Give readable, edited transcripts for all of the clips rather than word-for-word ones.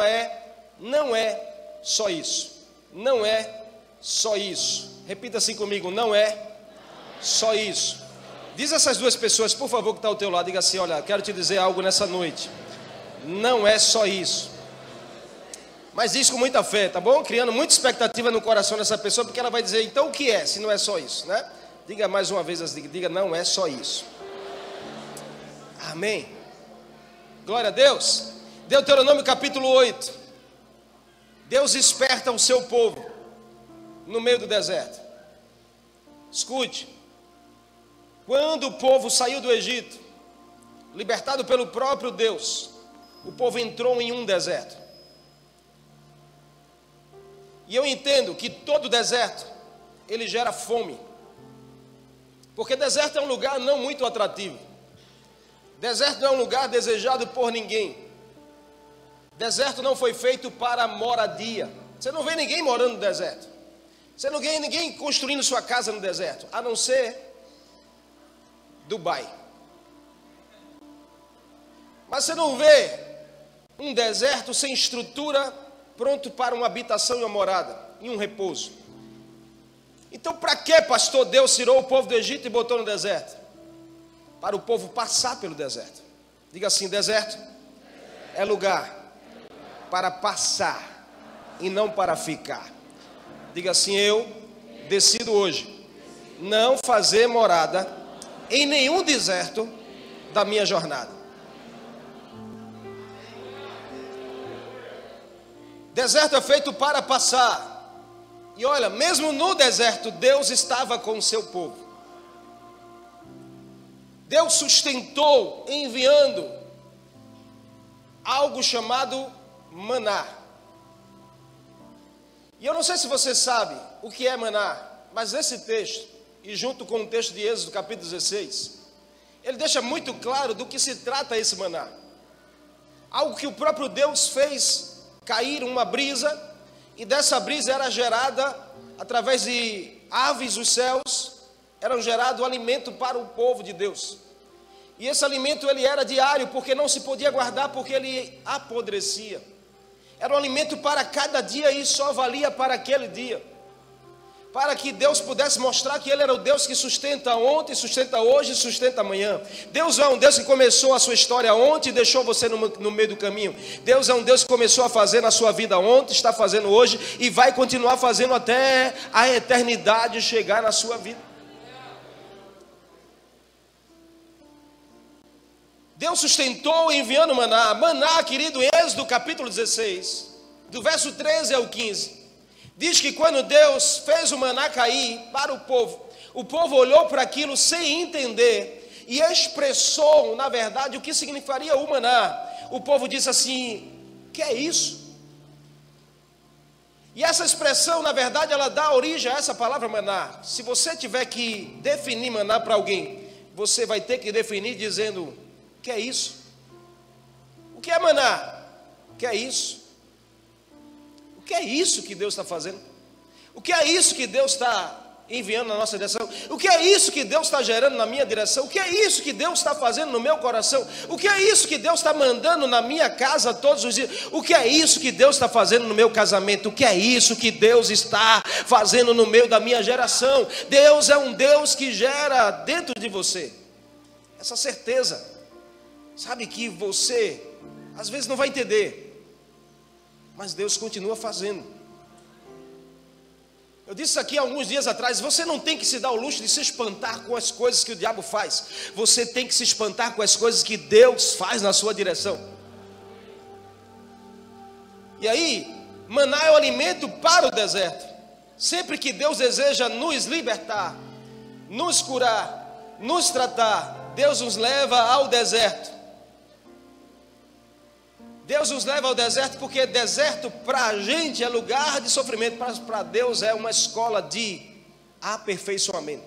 palavra não é só isso. Não é só isso. Repita assim comigo, não é só isso. Diz essas duas pessoas, por favor, que está ao teu lado, diga assim: olha, quero te dizer algo nessa noite. Não é só isso. Mas diz com muita fé, tá bom? Criando muita expectativa no coração dessa pessoa, porque ela vai dizer, então o que é, se não é só isso, né? Diga mais uma vez, diga, não é só isso. Amém. Glória a Deus. Deuteronômio capítulo 8. Deus esperta o seu povo no meio do deserto. Escute. Quando o povo saiu do Egito, libertado pelo próprio Deus, o povo entrou em um deserto. E eu entendo que todo deserto, ele gera fome. Porque deserto é um lugar não muito atrativo. Deserto não é um lugar desejado por ninguém. Deserto não foi feito para moradia. Você não vê ninguém morando no deserto. Você não vê ninguém construindo sua casa no deserto, a não ser Dubai. Mas você não vê um deserto sem estrutura, pronto para uma habitação e uma morada, e um repouso. Então, para que, pastor, Deus tirou o povo do Egito e botou no deserto? Para o povo passar pelo deserto. Diga assim: deserto é lugar para passar e não para ficar. Diga assim: eu decido hoje não fazer morada em nenhum deserto da minha jornada. Deserto é feito para passar. E olha, mesmo no deserto, Deus estava com o seu povo. Deus sustentou enviando algo chamado maná. E eu não sei se você sabe o que é maná, mas esse texto, e junto com o texto de Êxodo capítulo 16, ele deixa muito claro do que se trata esse maná. Algo que o próprio Deus fez cair uma brisa, e dessa brisa era gerada, através de aves dos céus, era gerado alimento para o povo de Deus. E esse alimento ele era diário, porque não se podia guardar, porque ele apodrecia. Era um alimento para cada dia e só valia para aquele dia. Para que Deus pudesse mostrar que Ele era o Deus que sustenta ontem, sustenta hoje e sustenta amanhã. Deus é um Deus que começou a sua história ontem e deixou você no meio do caminho. Deus é um Deus que começou a fazer na sua vida ontem, está fazendo hoje e vai continuar fazendo até a eternidade chegar na sua vida. Deus sustentou enviando maná. Maná, querido, em Êxodo capítulo 16, do verso 13 ao 15. Diz que quando Deus fez o maná cair para o povo olhou para aquilo sem entender e expressou, na verdade, o que significaria o maná. O povo disse assim: que é isso? E essa expressão, na verdade, ela dá origem a essa palavra maná. Se você tiver que definir maná para alguém, você vai ter que definir dizendo: que é isso? O que é maná? O que é isso? O que é isso que Deus está fazendo? O que é isso que Deus está enviando na nossa direção? O que é isso que Deus está gerando na minha direção? O que é isso que Deus está fazendo no meu coração? O que é isso que Deus está mandando na minha casa todos os dias? O que é isso que Deus está fazendo no meu casamento? O que é isso que Deus está fazendo no meio da minha geração? Deus é um Deus que gera dentro de você essa certeza. Sabe que você às vezes não vai entender, mas Deus continua fazendo. Eu disse aqui alguns dias atrás: você não tem que se dar o luxo de se espantar com as coisas que o diabo faz. Você tem que se espantar com as coisas que Deus faz na sua direção. E aí, maná é o alimento para o deserto. Sempre que Deus deseja nos libertar, nos curar, nos tratar, Deus nos leva ao deserto. Deus nos leva ao deserto porque deserto para a gente é lugar de sofrimento, para Deus é uma escola de aperfeiçoamento.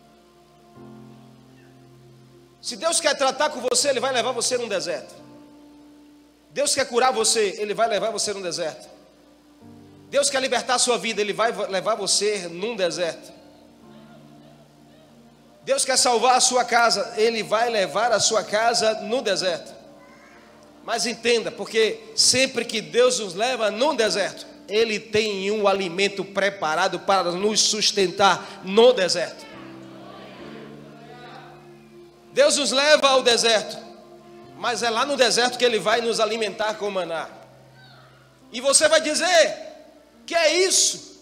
Se Deus quer tratar com você, Ele vai levar você num deserto. Deus quer curar você, Ele vai levar você num deserto. Deus quer libertar a sua vida, Ele vai levar você num deserto. Deus quer salvar a sua casa, Ele vai levar a sua casa no deserto. Mas entenda, porque sempre que Deus nos leva no deserto, Ele tem um alimento preparado para nos sustentar no deserto. Deus nos leva ao deserto, mas é lá no deserto que Ele vai nos alimentar com maná. E você vai dizer, que é isso?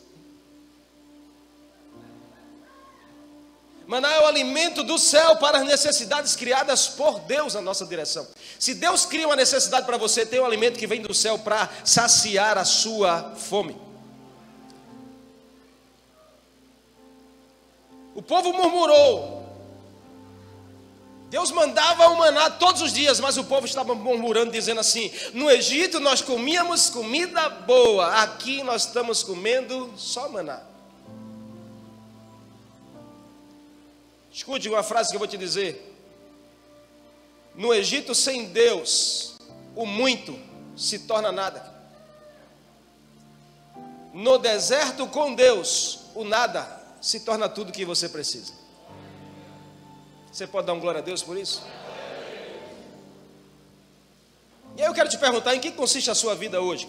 Maná é o alimento do céu para as necessidades criadas por Deus na nossa direção. Se Deus cria uma necessidade para você, tem um alimento que vem do céu para saciar a sua fome. O povo murmurou. Deus mandava o maná todos os dias, mas o povo estava murmurando, dizendo assim: no Egito nós comíamos comida boa, aqui nós estamos comendo só maná. Escute uma frase que eu vou te dizer. No Egito, sem Deus, o muito se torna nada. No deserto, com Deus, o nada se torna tudo que você precisa. Você pode dar um glória a Deus por isso? E aí eu quero te perguntar, em que consiste a sua vida hoje?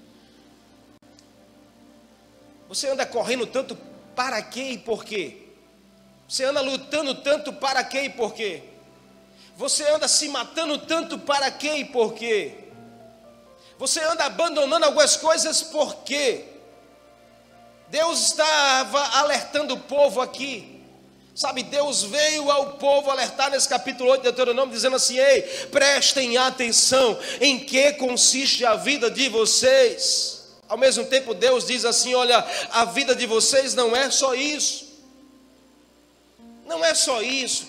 Você anda correndo tanto para quê e por quê? Você anda lutando tanto para quê e por quê? Você anda se matando tanto para quê e por quê? Você anda abandonando algumas coisas por quê? Deus estava alertando o povo aqui. Sabe, Deus veio ao povo alertar nesse capítulo 8 de Deuteronômio, dizendo assim: ei, prestem atenção em que consiste a vida de vocês. Ao mesmo tempo Deus diz assim: olha, a vida de vocês não é só isso. Não é só isso.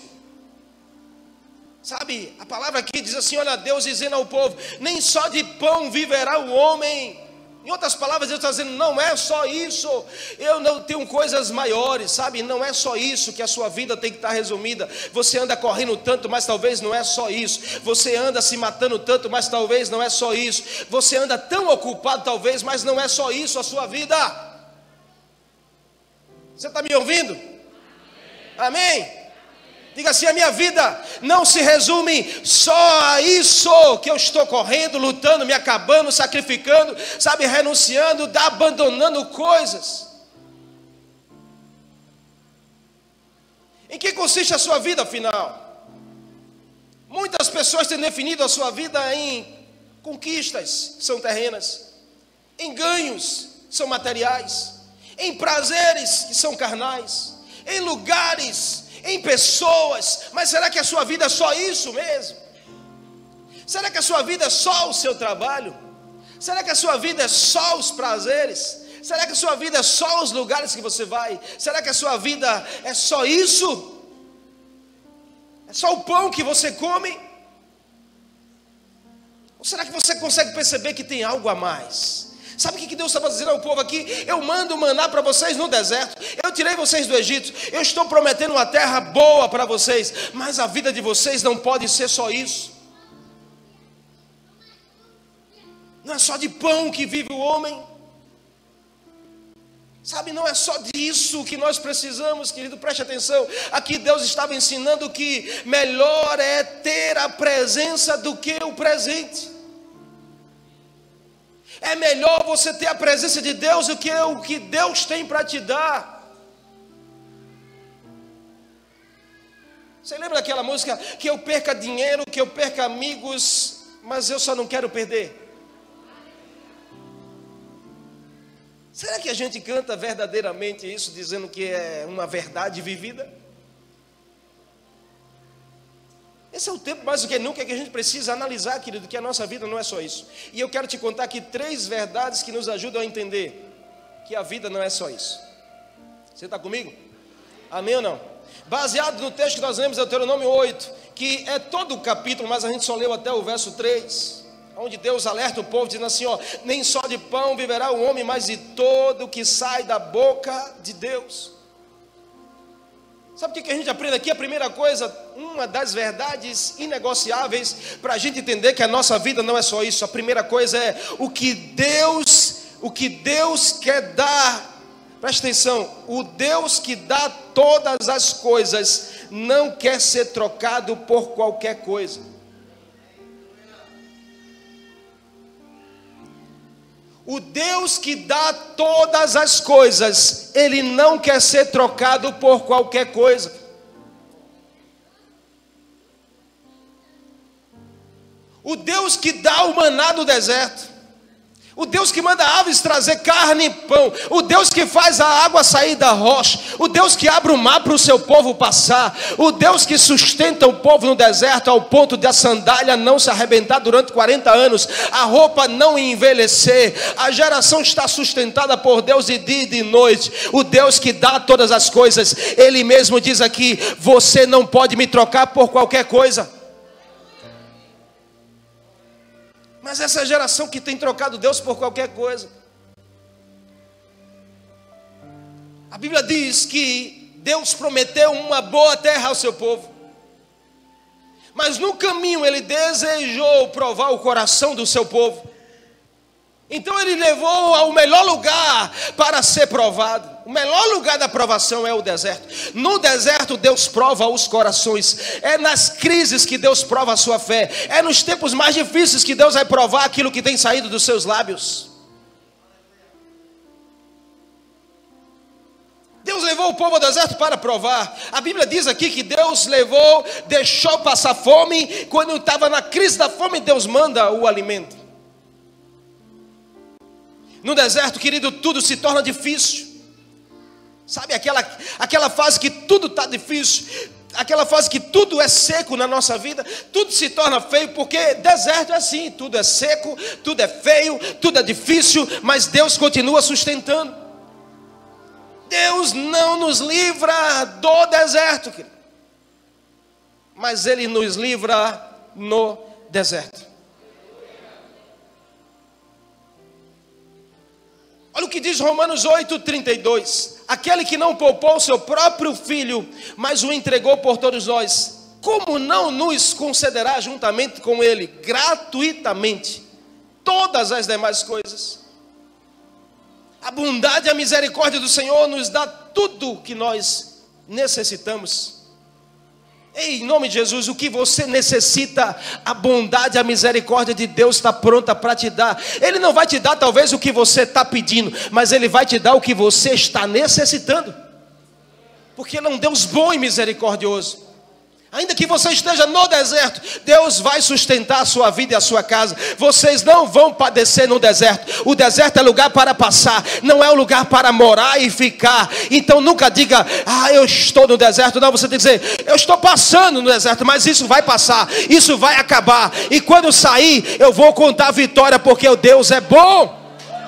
Sabe, a palavra aqui diz assim: olha, Deus dizendo ao povo, nem só de pão viverá o homem. Em outras palavras, Deus está dizendo, não é só isso. Eu não tenho coisas maiores, sabe? Não é só isso que a sua vida tem que estar resumida. Você anda correndo tanto, mas talvez não é só isso. Você anda se matando tanto, mas talvez não é só isso. Você anda tão ocupado talvez, mas não é só isso a sua vida. Você está me ouvindo? Amém? Diga assim: a minha vida não se resume só a isso que eu estou correndo, lutando, me acabando, sacrificando, sabe, renunciando, abandonando coisas. Em que consiste a sua vida afinal? Muitas pessoas têm definido a sua vida em conquistas, que são terrenas, em ganhos, que são materiais, em prazeres, que são carnais, em lugares, em pessoas. Mas será que a sua vida é só isso mesmo? Será que a sua vida é só o seu trabalho? Será que a sua vida é só os prazeres? Será que a sua vida é só os lugares que você vai? Será que a sua vida é só isso? É só o pão que você come? Ou será que você consegue perceber que tem algo a mais? Sabe o que Deus estava dizendo ao povo aqui? Eu mando maná para vocês no deserto. Eu tirei vocês do Egito. Eu estou prometendo uma terra boa para vocês. Mas a vida de vocês não pode ser só isso. Não é só de pão que vive o homem. Sabe, não é só disso que nós precisamos, querido. Preste atenção. Aqui Deus estava ensinando que melhor é ter a presença do que o presente. É melhor você ter a presença de Deus do que o que Deus tem para te dar. Você lembra daquela música? Que eu perca dinheiro, que eu perca amigos, mas eu só não quero perder. Será que a gente canta verdadeiramente isso, dizendo que é uma verdade vivida? Esse é o tempo mais do que nunca que a gente precisa analisar, querido, que a nossa vida não é só isso. E eu quero te contar aqui 3 verdades que nos ajudam a entender que a vida não é só isso. Você está comigo? Amém ou não? Baseado no texto que nós lemos, Deuteronômio 8, que é todo o capítulo, mas a gente só leu até o verso 3, onde Deus alerta o povo, dizendo assim, ó, nem só de pão viverá o homem, mas de todo o que sai da boca de Deus. Sabe o que a gente aprende aqui? A primeira coisa, uma das verdades inegociáveis para a gente entender que a nossa vida não é só isso. A primeira coisa é o que Deus quer dar. Preste atenção, o Deus que dá todas as coisas não quer ser trocado por qualquer coisa. O Deus que dá todas as coisas, Ele não quer ser trocado por qualquer coisa. O Deus que dá o maná do deserto, o Deus que manda aves trazer carne e pão, o Deus que faz a água sair da rocha, o Deus que abre o mar para o seu povo passar, o Deus que sustenta o povo no deserto ao ponto de a sandália não se arrebentar durante 40 anos, a roupa não envelhecer, a geração está sustentada por Deus de dia e de noite, o Deus que dá todas as coisas. Ele mesmo diz aqui: você não pode me trocar por qualquer coisa. Mas essa geração que tem trocado Deus por qualquer coisa. A Bíblia diz que Deus prometeu uma boa terra ao seu povo, mas no caminho Ele desejou provar o coração do seu povo. Então Ele levou ao melhor lugar para ser provado. O melhor lugar da provação é o deserto. No deserto Deus prova os corações. É nas crises que Deus prova a sua fé. É nos tempos mais difíceis que Deus vai provar aquilo que tem saído dos seus lábios. Deus levou o povo ao deserto para provar. A Bíblia diz aqui que Deus deixou passar fome. Quando estava na crise da fome, Deus manda o alimento. No deserto, querido, tudo se torna difícil. Sabe aquela fase que tudo está difícil, aquela fase que tudo é seco na nossa vida, tudo se torna feio, porque deserto é assim, tudo é seco, tudo é feio, tudo é difícil, mas Deus continua sustentando. Deus não nos livra do deserto, querido, mas Ele nos livra no deserto. Olha o que diz Romanos 8:32. Aquele que não poupou seu próprio filho, mas o entregou por todos nós, como não nos concederá juntamente com ele, gratuitamente, todas as demais coisas? A bondade e a misericórdia do Senhor nos dá tudo o que nós necessitamos. Ei, em nome de Jesus, o que você necessita, a bondade e a misericórdia de Deus está pronta para te dar. Ele não vai te dar talvez o que você está pedindo, mas Ele vai te dar o que você está necessitando, porque Ele é um Deus bom e misericordioso. Ainda que você esteja no deserto, Deus vai sustentar a sua vida e a sua casa. Vocês não vão padecer no deserto. O deserto é lugar para passar, não é um lugar para morar e ficar. Então nunca diga: eu estou no deserto. Não, você tem que dizer: eu estou passando no deserto, mas isso vai passar, isso vai acabar. E quando sair, eu vou contar a vitória, porque o Deus é bom.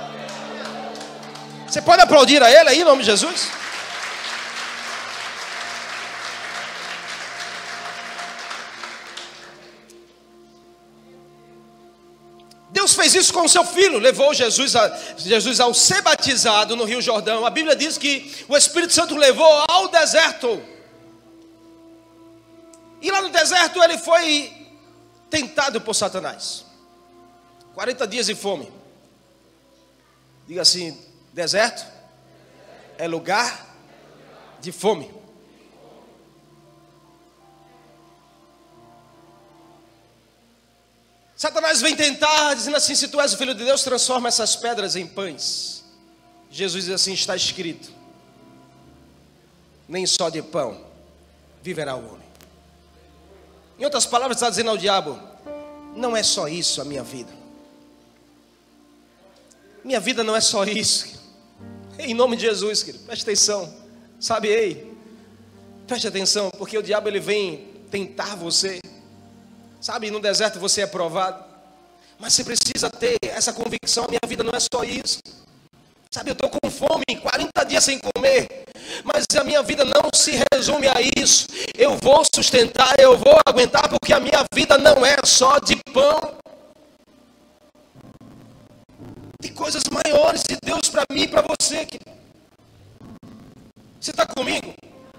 Você pode aplaudir a Ele aí, em nome de Jesus? Deus fez isso com o seu filho, levou Jesus ao ser batizado no Rio Jordão. A Bíblia diz que o Espírito Santo levou ao deserto. E lá no deserto ele foi tentado por Satanás. 40 dias de fome. Diga assim: deserto é lugar de fome. Satanás vem tentar, dizendo assim: se tu és o Filho de Deus, transforma essas pedras em pães. Jesus diz assim: está escrito, nem só de pão viverá o homem. Em outras palavras, está dizendo ao diabo: não é só isso a minha vida. Minha vida não é só isso. Em nome de Jesus, querido, preste atenção. Sabe, ei, preste atenção, porque o diabo ele vem tentar você. Sabe, no deserto você é provado, mas você precisa ter essa convicção: minha vida não é só isso. Sabe, eu estou com fome, 40 dias sem comer, mas a minha vida não se resume a isso. Eu vou sustentar, eu vou aguentar, porque a minha vida não é só de pão. Tem coisas maiores de Deus para mim e para você. Você está comigo?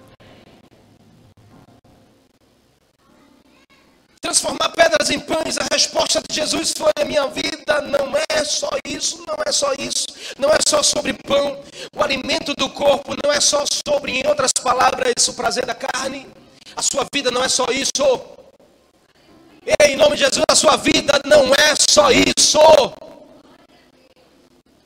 Transformar pedras em pães, a resposta de Jesus foi: a minha vida não é só isso, não é só isso, não é só sobre pão, o alimento do corpo não é só sobre, em outras palavras, o prazer da carne. A sua vida não é só isso. Ei, em nome de Jesus, a sua vida não é só isso.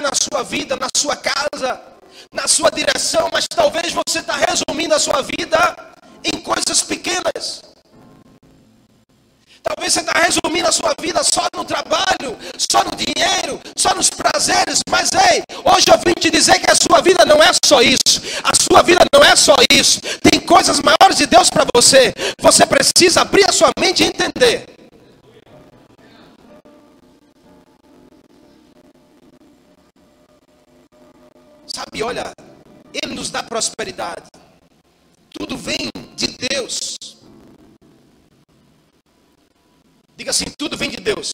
na sua vida, na sua casa, na sua direção, mas talvez você está resumindo a sua vida em coisas pequenas. Talvez você está resumindo a sua vida só no trabalho, só no dinheiro, só nos prazeres. Mas ei, hoje eu vim te dizer que a sua vida não é só isso. A sua vida não é só isso. Tem coisas maiores de Deus para você. Você precisa abrir a sua mente e entender. Sabe, olha, Ele nos dá prosperidade. Tudo vem de Deus. Diga assim, tudo vem de Deus.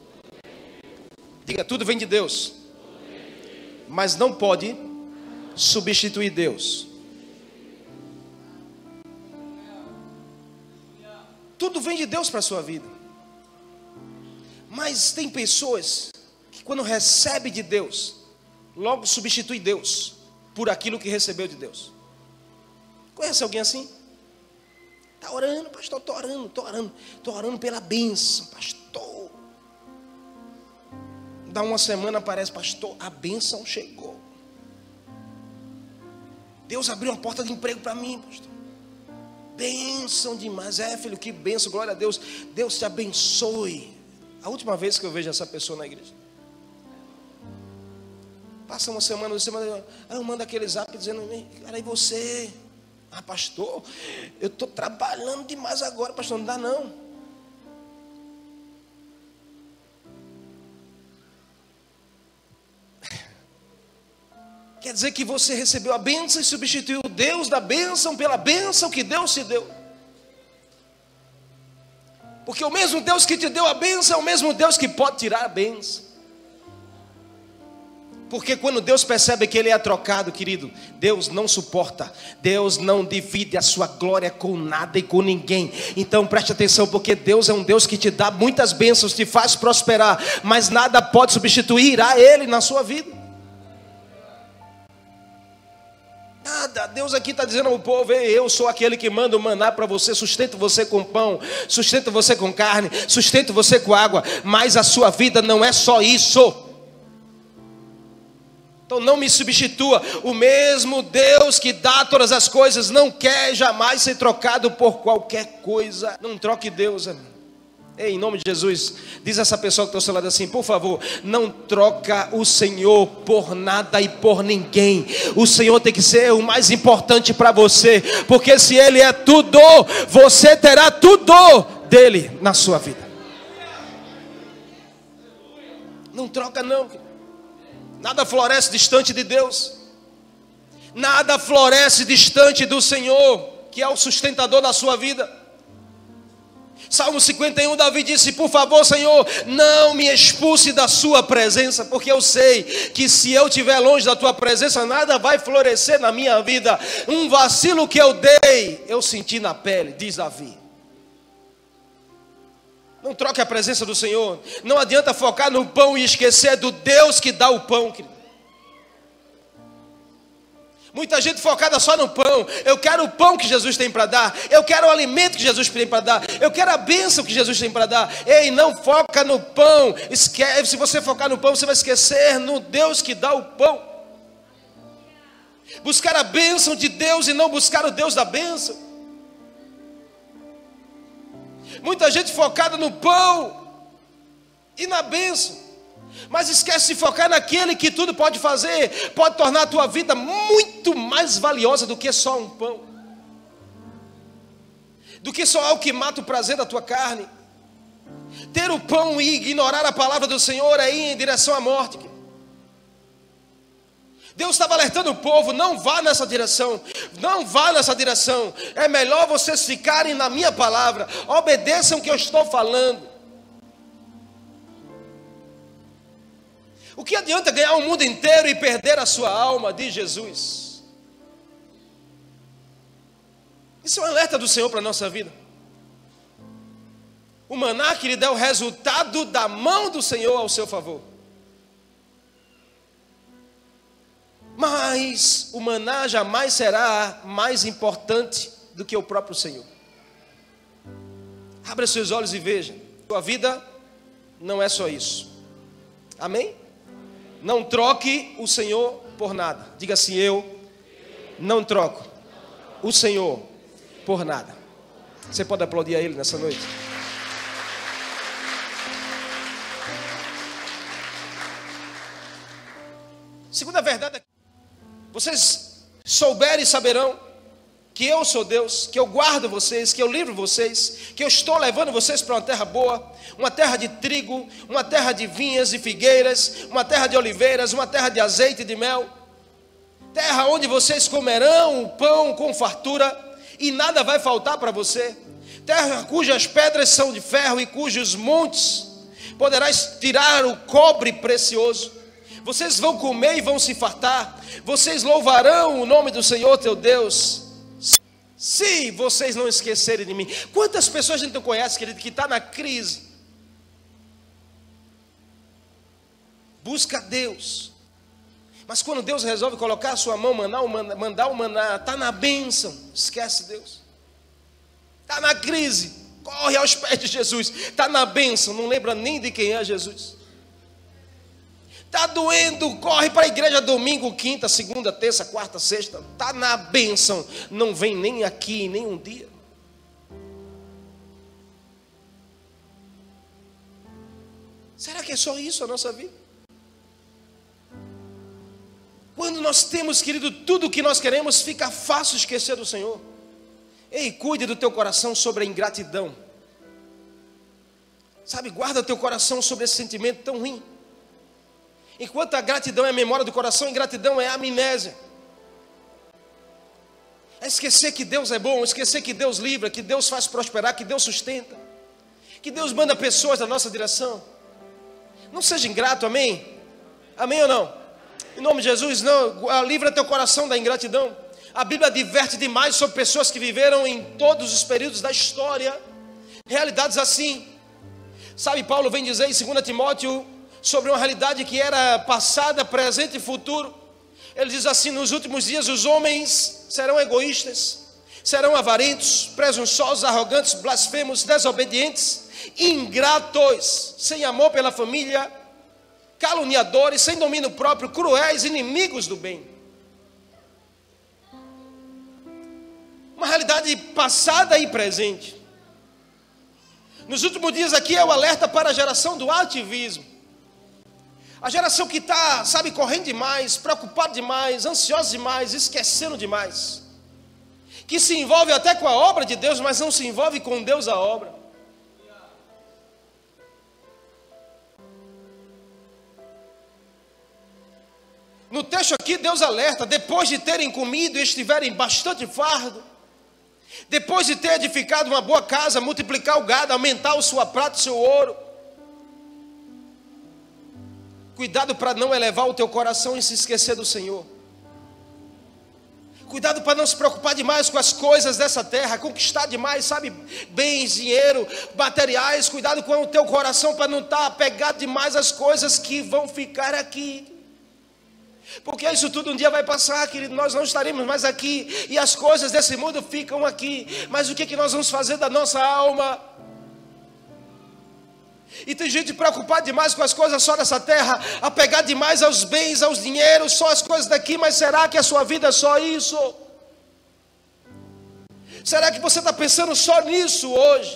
Diga, tudo vem de Deus. Mas não pode substituir Deus. Tudo vem de Deus para a sua vida. Mas tem pessoas que quando recebe de Deus, logo substitui Deus por aquilo que recebeu de Deus. Conhece alguém assim? Está orando, pastor, estou orando pela bênção, pastor. Dá uma semana, aparece, pastor, a bênção chegou. Deus abriu uma porta de emprego para mim, pastor. Bênção demais, filho, que bênção, glória a Deus. Deus te abençoe. A última vez que eu vejo essa pessoa na igreja, passa uma semana, eu mando aquele zap dizendo, cara, e você? Ah, pastor, eu estou trabalhando demais agora, pastor, não dá não. Quer dizer que você recebeu a bênção e substituiu Deus da bênção pela bênção que Deus te deu. Porque o mesmo Deus que te deu a bênção é o mesmo Deus que pode tirar a bênção. Porque quando Deus percebe que Ele é trocado, querido, Deus não suporta, Deus não divide a sua glória com nada e com ninguém. Então preste atenção, porque Deus é um Deus que te dá muitas bênçãos, te faz prosperar, mas nada pode substituir a Ele na sua vida. Nada. Deus aqui está dizendo ao povo, eu sou aquele que manda o maná para você, sustento você com pão, sustento você com carne, sustento você com água, mas a sua vida não é só isso. Então não me substitua. O mesmo Deus que dá todas as coisas não quer jamais ser trocado por qualquer coisa. Não troque Deus, amigo. Ei, em nome de Jesus, diz essa pessoa que está ao seu lado assim, por favor, não troca o Senhor por nada e por ninguém. O Senhor tem que ser o mais importante para você, porque se Ele é tudo, você terá tudo dele na sua vida. Não troca não. Nada floresce distante de Deus. Nada floresce distante do Senhor, que é o sustentador da sua vida. Salmo 51, Davi disse, por favor, Senhor, não me expulse da sua presença, porque eu sei que se eu estiver longe da tua presença, nada vai florescer na minha vida. Um vacilo que eu dei, eu senti na pele, diz Davi. Não troque a presença do Senhor. Não adianta focar no pão e esquecer do Deus que dá o pão, querido. Muita gente focada só no pão. Eu quero o pão que Jesus tem para dar. Eu quero o alimento que Jesus tem para dar. Eu quero a bênção que Jesus tem para dar. Ei, não foca no pão. Se você focar no pão, você vai esquecer no Deus que dá o pão. Buscar a bênção de Deus e não buscar o Deus da bênção. Muita gente focada no pão e na bênção, mas esquece de focar naquele que tudo pode fazer, pode tornar a tua vida muito mais valiosa do que só um pão, do que só algo que mata o prazer da tua carne. Ter o pão e ignorar a palavra do Senhor é ir em direção à morte. Deus estava alertando o povo, não vá nessa direção, não vá nessa direção, é melhor vocês ficarem na minha palavra, obedeçam o que eu estou falando. O que adianta ganhar o mundo inteiro e perder a sua alma, diz Jesus. Isso é um alerta do Senhor para a nossa vida. O maná que lhe dá o resultado da mão do Senhor ao seu favor. Mas o maná jamais será mais importante do que o próprio Senhor. Abra seus olhos e veja. Sua vida não é só isso. Amém? Não troque o Senhor por nada. Diga assim: eu não troco o Senhor por nada. Você pode aplaudir a Ele nessa noite? Segunda verdade é que vocês souberem e saberão que eu sou Deus, que eu guardo vocês, que eu livro vocês, que eu estou levando vocês para uma terra boa, uma terra de trigo, uma terra de vinhas e figueiras, uma terra de oliveiras, uma terra de azeite e de mel, terra onde vocês comerão o pão com fartura e nada vai faltar para você, terra cujas pedras são de ferro e cujos montes poderás tirar o cobre precioso. Vocês vão comer e vão se fartar, vocês louvarão o nome do Senhor teu Deus, se vocês não esquecerem de mim. Quantas pessoas a gente não conhece, querido, que está na crise, busca Deus, mas quando Deus resolve colocar a sua mão, mandar o maná, está na bênção, esquece Deus, está na crise, corre aos pés de Jesus, está na bênção, não lembra nem de quem é Jesus. Está doendo, corre para a igreja domingo, quinta, segunda, terça, quarta, sexta. Está na bênção, não vem nem aqui, nem um dia. Será que é só isso a nossa vida? Quando nós temos, querido, tudo o que nós queremos, fica fácil esquecer do Senhor. Ei, cuide do teu coração sobre a ingratidão. Sabe, guarda teu coração sobre esse sentimento tão ruim. Enquanto a gratidão é a memória do coração, a ingratidão é a amnésia. É esquecer que Deus é bom, esquecer que Deus livra, que Deus faz prosperar, que Deus sustenta, que Deus manda pessoas na nossa direção. Não seja ingrato, amém? Amém ou não? Em nome de Jesus, não, livra teu coração da ingratidão. A Bíblia adverte demais sobre pessoas que viveram em todos os períodos da história realidades assim. Sabe, Paulo vem dizer em 2 Timóteo sobre uma realidade que era passada, presente e futuro. Ele diz assim: nos últimos dias os homens serão egoístas, serão avarentos, presunçosos, arrogantes, blasfemos, desobedientes, ingratos, sem amor pela família, caluniadores, sem domínio próprio, cruéis, inimigos do bem. Uma realidade passada e presente. Nos últimos dias aqui é o alerta para a geração do ativismo. A geração que está, sabe, correndo demais, preocupada demais, ansiosa demais, esquecendo demais. Que se envolve até com a obra de Deus, mas não se envolve com Deus a obra. No texto aqui Deus alerta: depois de terem comido e estiverem bastante fardo, depois de ter edificado uma boa casa, multiplicar o gado, aumentar a sua prata e o seu ouro, cuidado para não elevar o teu coração e se esquecer do Senhor. Cuidado para não se preocupar demais com as coisas dessa terra, conquistar demais, sabe, bens, dinheiro, materiais. Cuidado com o teu coração para não estar apegado demais às coisas que vão ficar aqui. Porque isso tudo um dia vai passar, querido, nós não estaremos mais aqui e as coisas desse mundo ficam aqui. Mas o que nós vamos fazer da nossa alma? E tem gente preocupada demais com as coisas só dessa terra, apegada demais aos bens, aos dinheiros, só as coisas daqui. Mas será que a sua vida é só isso? Será que você está pensando só nisso hoje?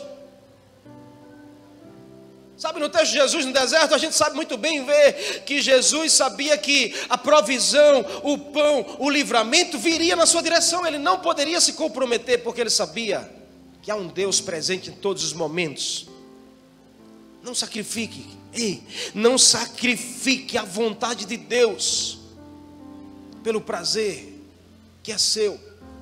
Sabe, no texto de Jesus no deserto, a gente sabe muito bem ver que Jesus sabia que a provisão, o pão, o livramento viria na sua direção. Ele não poderia se comprometer, porque ele sabia que há um Deus presente em todos os momentos. Não sacrifique, não sacrifique a vontade de Deus pelo prazer que é seu.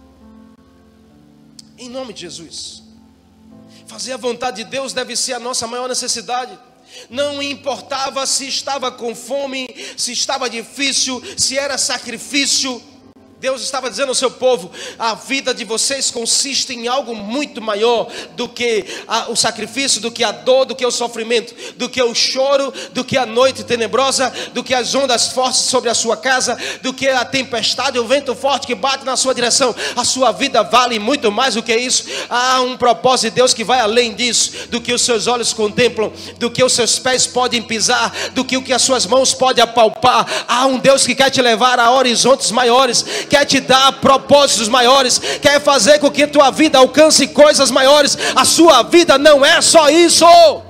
Em nome de Jesus. Fazer a vontade de Deus deve ser a nossa maior necessidade. Não importava se estava com fome, se estava difícil, se era sacrifício. Deus estava dizendo ao seu povo: a vida de vocês consiste em algo muito maior do que o sacrifício, do que a dor, do que o sofrimento, do que o choro, do que a noite tenebrosa, do que as ondas fortes sobre a sua casa, do que a tempestade, o vento forte que bate na sua direção. A sua vida vale muito mais do que isso. Há um propósito de Deus que vai além disso, do que os seus olhos contemplam, do que os seus pés podem pisar, do que o que as suas mãos podem apalpar. Há um Deus que quer te levar a horizontes maiores, quer te dar propósitos maiores, quer fazer com que tua vida alcance coisas maiores. A sua vida não é só isso.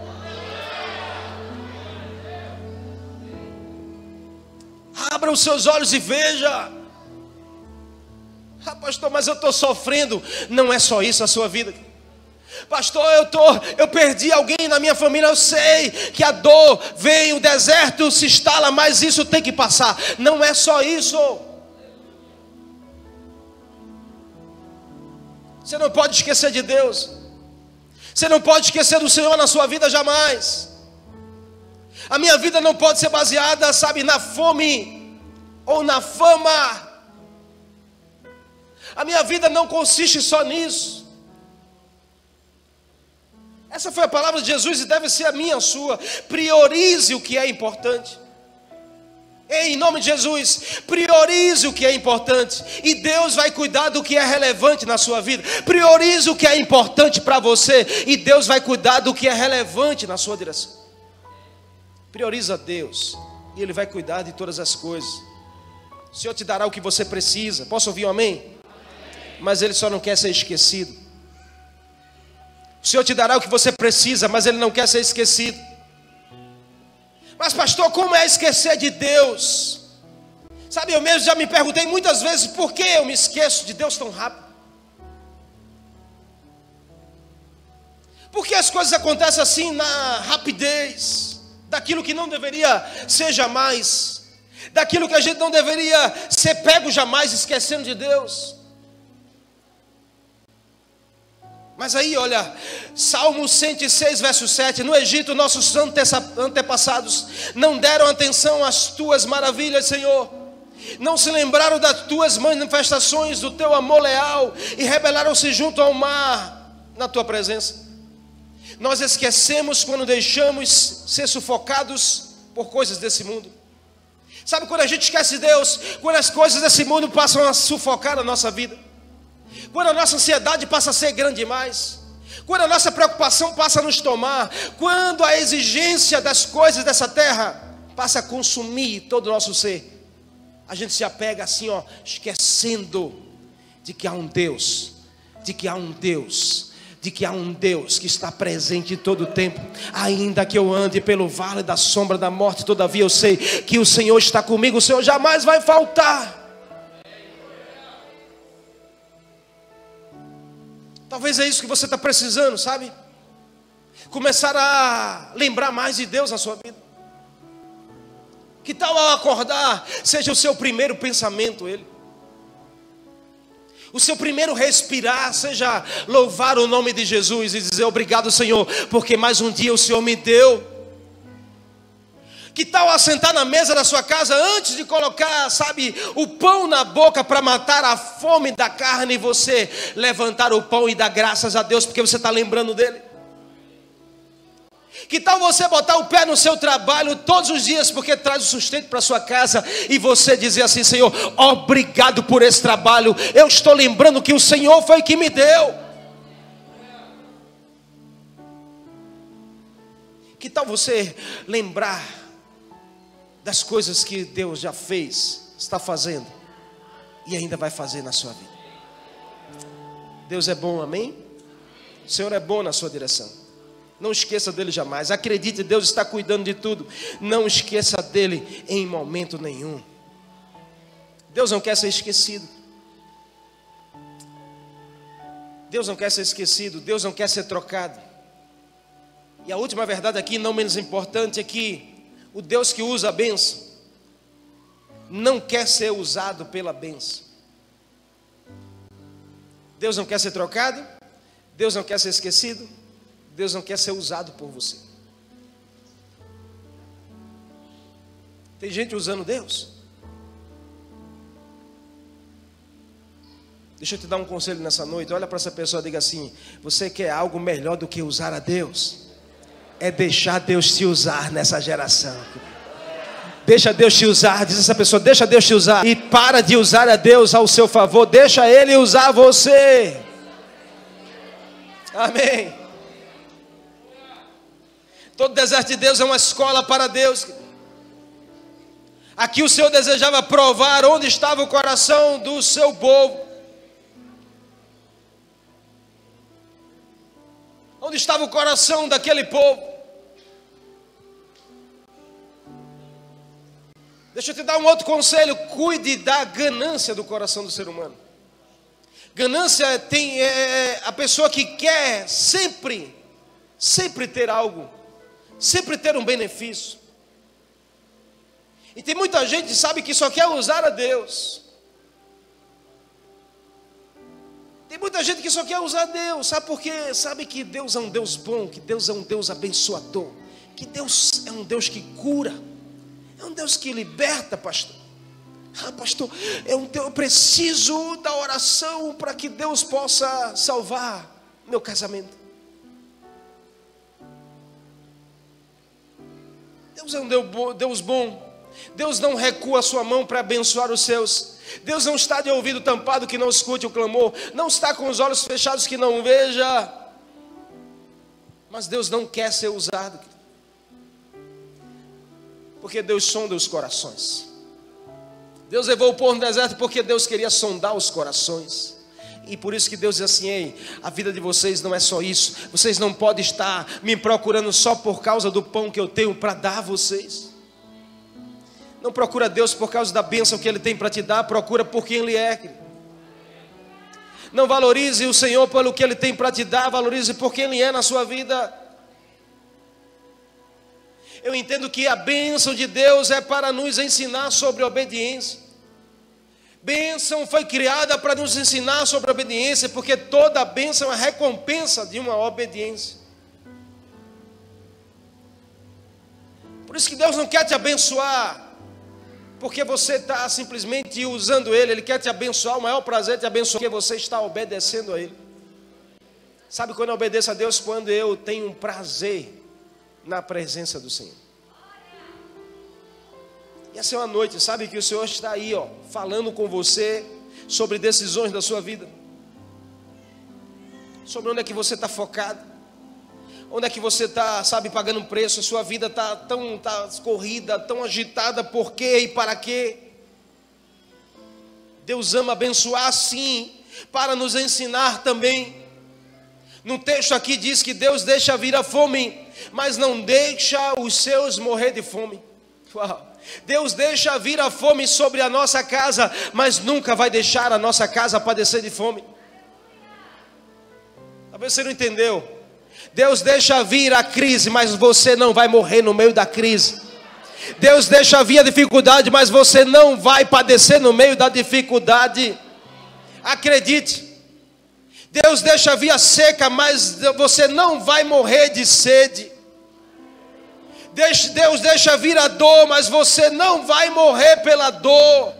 Abra os seus olhos e veja. Ah, pastor, mas eu estou sofrendo. Não é só isso a sua vida. Pastor, eu perdi alguém na minha família. Eu sei que a dor vem, o deserto se instala, mas isso tem que passar. Não é só isso. Você não pode esquecer de Deus. Você não pode esquecer do Senhor na sua vida jamais. A minha vida não pode ser baseada, sabe, na fome ou na fama. A minha vida não consiste só nisso. Essa foi a palavra de Jesus e deve ser a minha, a sua. Priorize o que é importante. Em nome de Jesus, priorize o que é importante, e Deus vai cuidar do que é relevante na sua vida. Priorize o que é importante para você, e Deus vai cuidar do que é relevante na sua direção. Prioriza Deus, e Ele vai cuidar de todas as coisas. O Senhor te dará o que você precisa. Posso ouvir um amém? Mas Ele só não quer ser esquecido. O Senhor te dará o que você precisa, mas Ele não quer ser esquecido. Mas pastor, como é esquecer de Deus? Sabe, eu mesmo já me perguntei muitas vezes por que eu me esqueço de Deus tão rápido. Por que as coisas acontecem assim na rapidez, daquilo que não deveria ser jamais, daquilo que a gente não deveria ser pego jamais, esquecendo de Deus? Mas aí, olha, Salmo 106, verso 7. No Egito, nossos antepassados não deram atenção às tuas maravilhas, Senhor. Não se lembraram das tuas manifestações, do teu amor leal, e rebelaram-se junto ao mar na tua presença. Nós esquecemos quando deixamos ser sufocados por coisas desse mundo. Sabe quando a gente esquece de Deus? Quando as coisas desse mundo passam a sufocar a nossa vida. Quando a nossa ansiedade passa a ser grande demais, quando a nossa preocupação passa a nos tomar, quando a exigência das coisas dessa terra passa a consumir todo o nosso ser, a gente se apega assim, ó, esquecendo de que há um Deus, de que há um Deus, de que há um Deus que está presente em todo o tempo. Ainda que eu ande pelo vale da sombra da morte, todavia eu sei que o Senhor está comigo, o Senhor jamais vai faltar. Talvez é isso que você está precisando, sabe? Começar a lembrar mais de Deus na sua vida. Que tal ao acordar, seja o seu primeiro pensamento Ele. O seu primeiro respirar seja louvar o nome de Jesus e dizer obrigado, Senhor, porque mais um dia o Senhor me deu. Que tal assentar na mesa da sua casa, antes de colocar, sabe, o pão na boca para matar a fome da carne, e você levantar o pão e dar graças a Deus porque você está lembrando dele? Que tal você botar o pé no seu trabalho todos os dias porque traz o sustento para sua casa, e você dizer assim: Senhor, obrigado por esse trabalho, eu estou lembrando que o Senhor foi que me deu. Que tal você lembrar das coisas que Deus já fez, está fazendo e ainda vai fazer na sua vida? Deus é bom, amém? O Senhor é bom na sua direção. Não esqueça dele jamais. Acredite, Deus está cuidando de tudo. Não esqueça dele em momento nenhum. Deus não quer ser esquecido. Deus não quer ser esquecido. Deus não quer ser trocado. E a última verdade aqui, não menos importante, é que o Deus que usa a bênção não quer ser usado pela bênção. Deus não quer ser trocado, Deus não quer ser esquecido, Deus não quer ser usado por você. Tem gente usando Deus. Deixa eu te dar um conselho nessa noite. Olha para essa pessoa e diga assim: você quer algo melhor do que usar a Deus? É deixar Deus te usar nessa geração. Deixa Deus te usar. Diz essa pessoa: deixa Deus te usar. E para de usar a Deus ao seu favor. Deixa Ele usar você. Amém. Todo deserto de Deus é uma escola para Deus. Aqui o Senhor desejava provar onde estava o coração do seu povo. Onde estava o coração daquele povo? Deixa eu te dar um outro conselho. Cuide da ganância do coração do ser humano. Ganância é a pessoa que quer sempre ter algo, sempre ter um benefício. E tem muita gente que sabe que só quer usar a Deus. Tem muita gente que só quer usar Deus. Sabe por quê? Sabe que Deus é um Deus bom, que Deus é um Deus abençoador, que Deus é um Deus que cura, é um Deus que liberta, pastor. Pastor, eu preciso da oração para que Deus possa salvar meu casamento. Deus é um Deus bom. Deus não recua a sua mão para abençoar os seus. Deus não está de ouvido tampado que não escute o clamor. Não está com os olhos fechados que não veja. Mas Deus não quer ser usado, porque Deus sonda os corações. Deus levou o povo no deserto porque Deus queria sondar os corações. E por isso que Deus diz assim: ei, a vida de vocês não é só isso. Vocês não podem estar me procurando só por causa do pão que eu tenho para dar a vocês. Não procura Deus por causa da bênção que Ele tem para te dar. Procura por quem Ele é. Não valorize o Senhor pelo que Ele tem para te dar. Valorize por quem Ele é na sua vida. Eu entendo que a bênção de Deus é para nos ensinar sobre obediência. Bênção foi criada para nos ensinar sobre obediência, porque toda bênção é recompensa de uma obediência. Por isso que Deus não quer te abençoar porque você está simplesmente usando Ele. Ele quer te abençoar. O maior prazer é te abençoar porque você está obedecendo a Ele. Sabe quando eu obedeço a Deus? Quando eu tenho um prazer na presença do Senhor. E essa é uma noite, sabe, que o Senhor está aí, falando com você sobre decisões da sua vida, sobre onde é que você está focado, onde é que você está, sabe, pagando um preço. A sua vida está tão corrida, tão agitada, por quê e para quê? Deus ama abençoar sim, para nos ensinar também. No texto aqui diz que Deus deixa vir a fome, mas não deixa os seus morrer de fome. Uau! Deus deixa vir a fome sobre a nossa casa, mas nunca vai deixar a nossa casa padecer de fome. Talvez você não entendeu. Deus deixa vir a crise, mas você não vai morrer no meio da crise. Deus deixa vir a dificuldade, mas você não vai padecer no meio da dificuldade. Acredite. Deus deixa vir a seca, mas você não vai morrer de sede. Deus deixa vir a dor, mas você não vai morrer pela dor.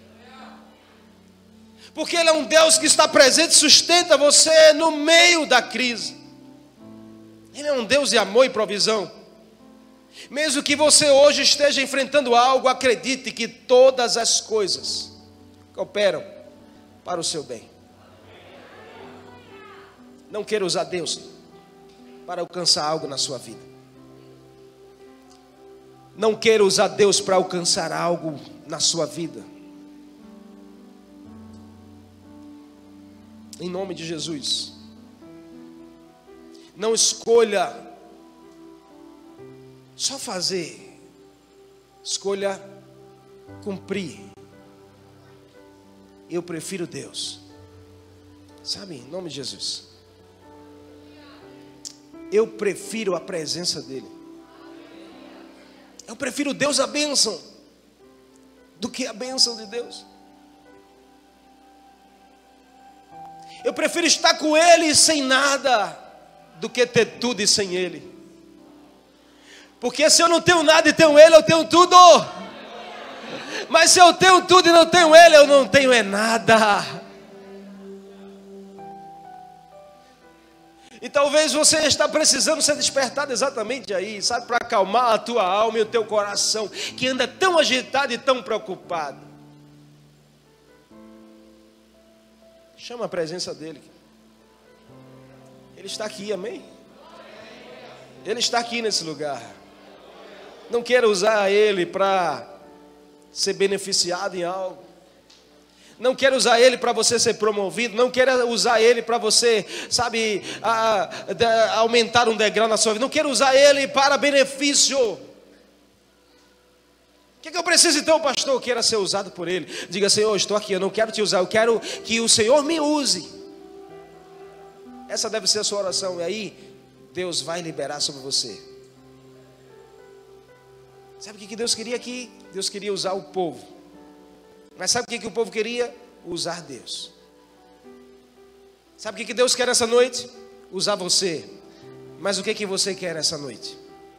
Porque Ele é um Deus que está presente e sustenta você no meio da crise. Ele é um Deus de amor e provisão. Mesmo que você hoje esteja enfrentando algo, acredite que todas as coisas cooperam para o seu bem. Não queira usar Deus para alcançar algo na sua vida. Não queira usar Deus para alcançar algo na sua vida. Em nome de Jesus. Não escolha só fazer. Escolha cumprir. Eu prefiro Deus. Sabe, em nome de Jesus. Eu prefiro a presença dEle. Eu prefiro Deus a bênção do que a bênção de Deus. Eu prefiro estar com Ele sem nada do que ter tudo e sem Ele. Porque se eu não tenho nada e tenho Ele, eu tenho tudo. Mas se eu tenho tudo e não tenho Ele, eu não tenho nada. E talvez você está precisando ser despertado exatamente aí, sabe, para acalmar a tua alma e o teu coração, que anda tão agitado e tão preocupado. Chama a presença dele. Ele está aqui, amém? Ele está aqui nesse lugar. Não queira usar ele para ser beneficiado em algo. Não quero usar ele para você ser promovido. Não quero usar ele para você, sabe, aumentar um degrau na sua vida. Não quero usar ele para benefício. O que eu preciso então, pastor? Eu quero ser usado por ele. Diga, Senhor, estou aqui, eu não quero te usar. Eu quero que o Senhor me use. Essa deve ser a sua oração. E aí, Deus vai liberar sobre você. Sabe o que Deus queria aqui? Deus queria usar o povo. Mas sabe o que o povo queria? Usar Deus. Sabe o que Deus quer nessa noite? Usar você. Mas o que você quer nessa noite?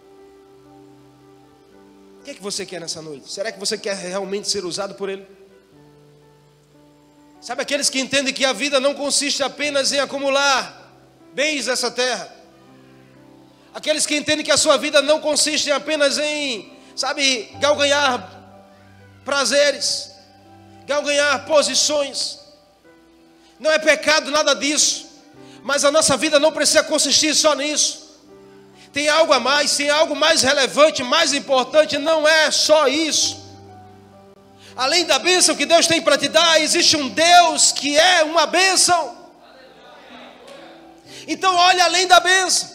O que você quer nessa noite? Será que você quer realmente ser usado por Ele? Sabe aqueles que entendem que a vida não consiste apenas em acumular bens dessa terra? Aqueles que entendem que a sua vida não consiste apenas em, sabe, galganhar prazeres, galganhar posições. Não é pecado nada disso, mas a nossa vida não precisa consistir só nisso. Tem algo a mais, tem algo mais relevante, mais importante. Não é só isso. Além da bênção que Deus tem para te dar, existe um Deus que é uma bênção. Então olha além da bênção.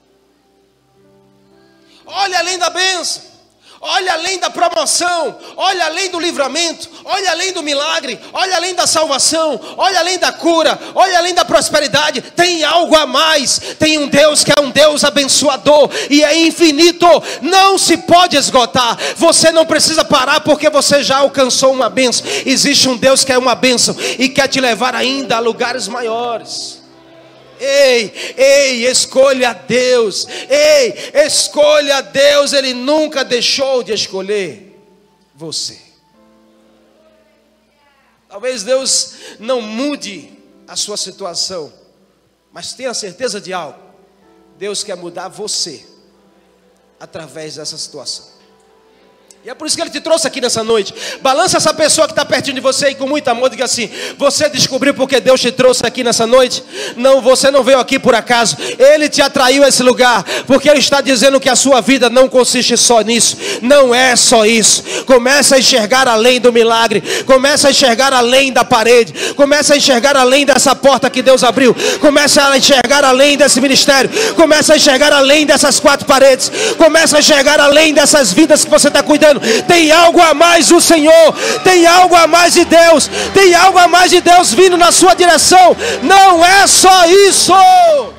Olha além da bênção. Olha além da promoção, olha além do livramento, olha além do milagre, olha além da salvação, olha além da cura, olha além da prosperidade. Tem algo a mais. Tem um Deus que é um Deus abençoador e é infinito, não se pode esgotar. Você não precisa parar porque você já alcançou uma bênção. Existe um Deus que é uma bênção e quer te levar ainda a lugares maiores. Ei, escolha Deus. Ei, escolha Deus. Ele nunca deixou de escolher você. Talvez Deus não mude a sua situação, mas tenha certeza de algo: Deus quer mudar você através dessa situação. E é por isso que Ele te trouxe aqui nessa noite. Balança essa pessoa que está pertinho de você e com muito amor diga assim: você descobriu porque Deus te trouxe aqui nessa noite? Não, você não veio aqui por acaso. Ele te atraiu a esse lugar porque Ele está dizendo que a sua vida não consiste só nisso. Não é só isso. Começa a enxergar além do milagre. Começa a enxergar além da parede. Começa a enxergar além dessa porta que Deus abriu. Começa a enxergar além desse ministério. Começa a enxergar além dessas quatro paredes. Começa a enxergar além dessas vidas que você está cuidando. Tem algo a mais do Senhor. Tem algo a mais de Deus. Tem algo a mais de Deus vindo na sua direção. Não é só isso.